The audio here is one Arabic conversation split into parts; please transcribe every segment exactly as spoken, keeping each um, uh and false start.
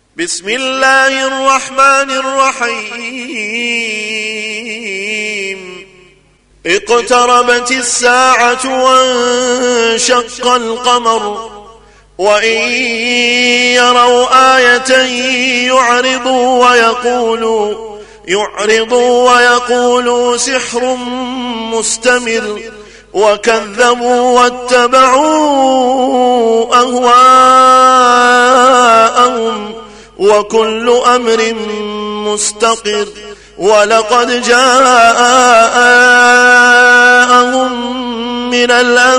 بسم الله الرحمن الرحيم اقتربت الساعة وانشق القمر وإن يروا آية يعرضوا ويقولوا يعرضوا ويقولوا سحر مستمر وكذبوا واتبعوا أهواءهم وكل أمر مستقر ولقد جاءهم من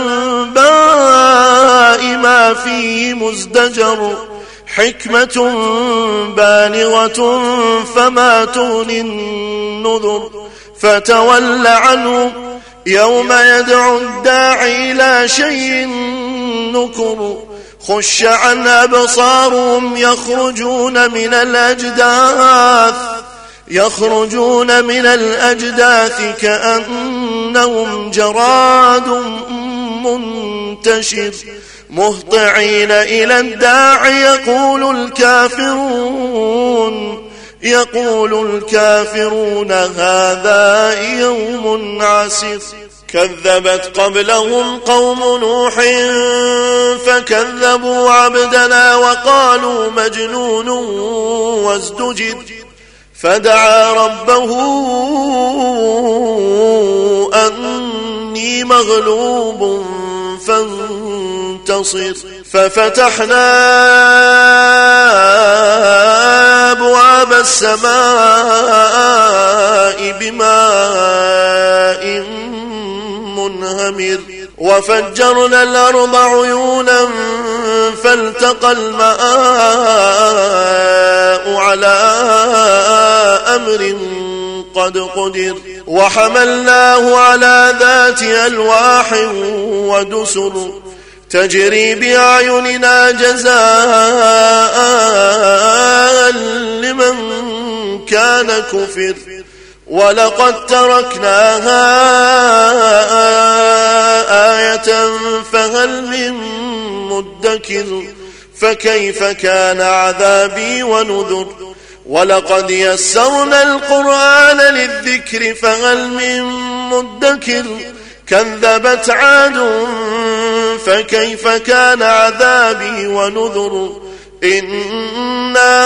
الأنباء ما فيه مزدجر حكمة بالغة فما تغني النذر فتول عنه يوم يدعو الداعي إلى شيء نكر خش عن أبصارهم يخرجون من الأجداث يخرجون من الأجداث كأنهم جراد منتشر مهطعين إلى الداعي يقول الكافرون يقول الكافرون هذا يوم عسر كذبت قبلهم قوم نوح فكذبوا عبدنا وقالوا مجنون وازدجر فدعا ربه أني مغلوب فانتصر ففتحنا أبواب السماء بماء منهمر وفجرنا الأرض عيونا فالتقى الماء على أمر قد قدر وحملناه على ذات ألواح ودسر تجري بأعيننا جزاء لمن كان كفر ولقد تركناها آية فهل من مدكر فكيف كان عذابي ونذر ولقد يسرنا القرآن للذكر فهل من مدكر كذبت عاد فكيف كان عذابي ونذر إنا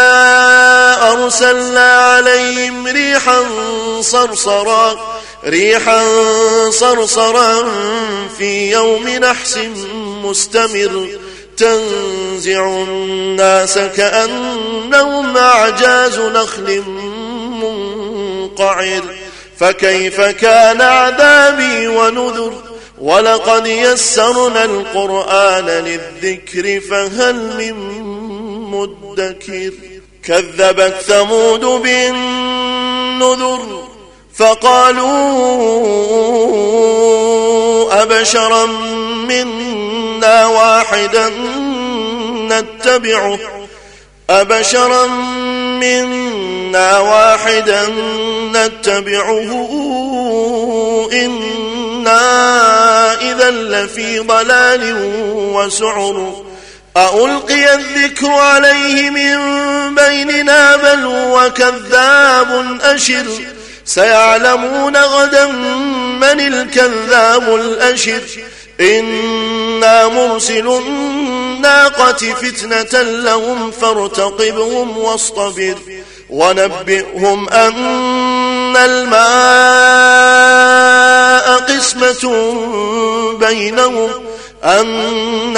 أرسلنا عليهم ريحا صرصرا ريحا صرصرا في يوم نحس مستمر تنزع الناس كأنهم أعجاز نخل منقعر فكيف كان عذابي ونذر ولقد يسرنا القرآن للذكر فهل من مدكر كذبت ثمود بالنذر فقالوا أبشرا منا واحدا نتبعه أبشرا منا واحدا نتبعه إنا إذا لفي ضلال وسعر ألقي الذكر عليه من بيننا بل هو كذاب أشر سيعلمون غدا من الكذاب الأشر إنا مرسل الناقة فتنة لهم فارتقبهم واصطبر ونبئهم أن الماء قسمة بينهم أن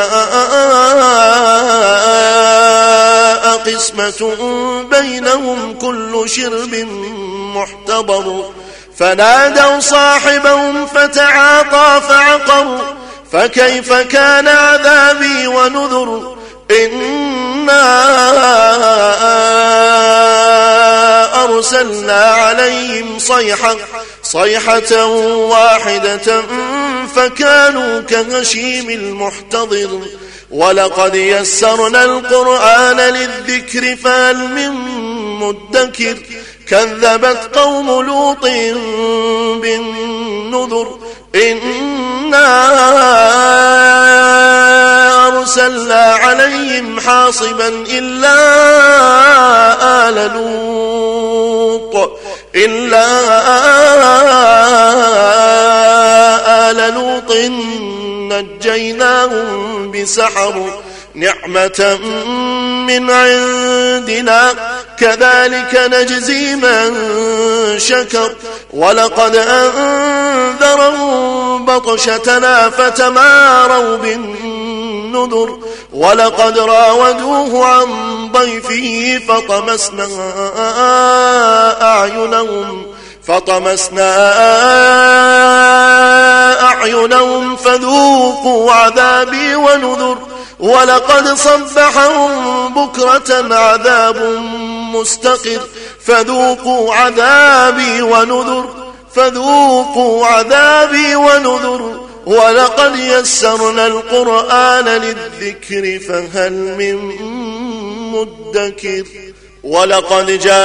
الماء قسمة بينهم كل شرب محتضر فنادوا صاحبهم فتعاطى فعقر فكيف كان عذابي ونذر إنا أرسلنا عليهم صيحة صيحة واحدة فكانوا كهشيم المحتضر ولقد يسرنا القرآن للذكر فهل من مدكر كذبت قوم لوط بالنذر إنا أرسلنا عليهم حاصبا إلا آل لوط إلا آل لوط نجيناهم بسحر نعمة من عندنا كذلك نجزي من شكر ولقد أنذرهم بطشتنا فتماروا بالنذر ولقد راودوه عن ضيفه فطمسنا أعينهم فطمسنا أعينهم فذوقوا عذابي ونذر ولقد صبحهم بكرة عذاب مستقر فذوقوا عذابي ونذر فذوقوا عذابي ونذر ولقد يسرنا القرآن للذكر فهل من مدكر ولقد جاء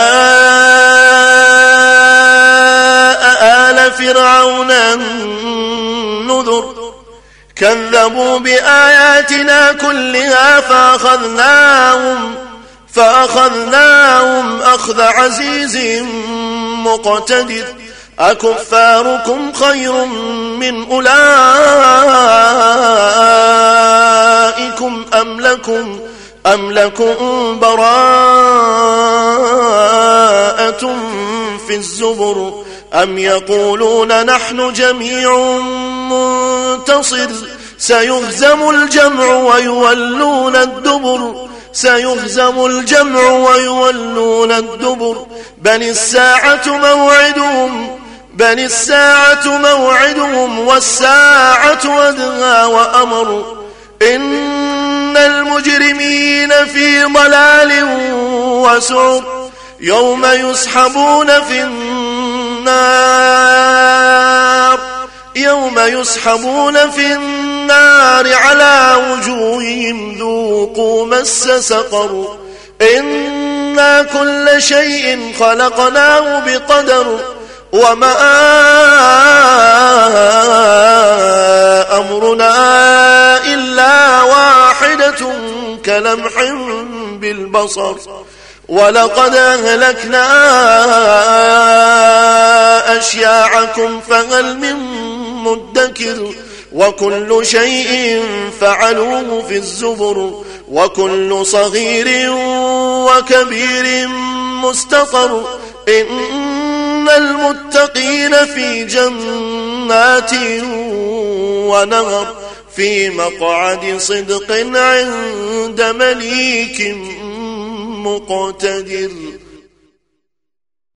آل فرعون النذر كذبوا بآياتنا كلها فأخذناهم فأخذناهم أخذ عزيز مقتدر أكفاركم خير من أولئكم أم لكم أم لكم براءة في الزبر أم يقولون نحن جميع منتصر سيهزم الجمع ويولون الدبر سيهزم الجمع ويولون الدبر بل الساعة موعدهم بل الساعة موعدهم والساعة أدهى وأمر إن المجرمين في ضلال وسعر يوم يسحبون في النار يوم يسحبون في النار على وجوههم ذوقوا مس سقر إنا كل شيء خلقناه بقدر وما أمرنا إلا واحدة كلمح بالبصر ولقد أهلكنا أشياعكم فهل من مدكر وكل شيء فعلوه في الزبر وكل صغير وكبير مستقر إن المتقين في جنات ونهر في مقعد صدق عند مليك مقتدر.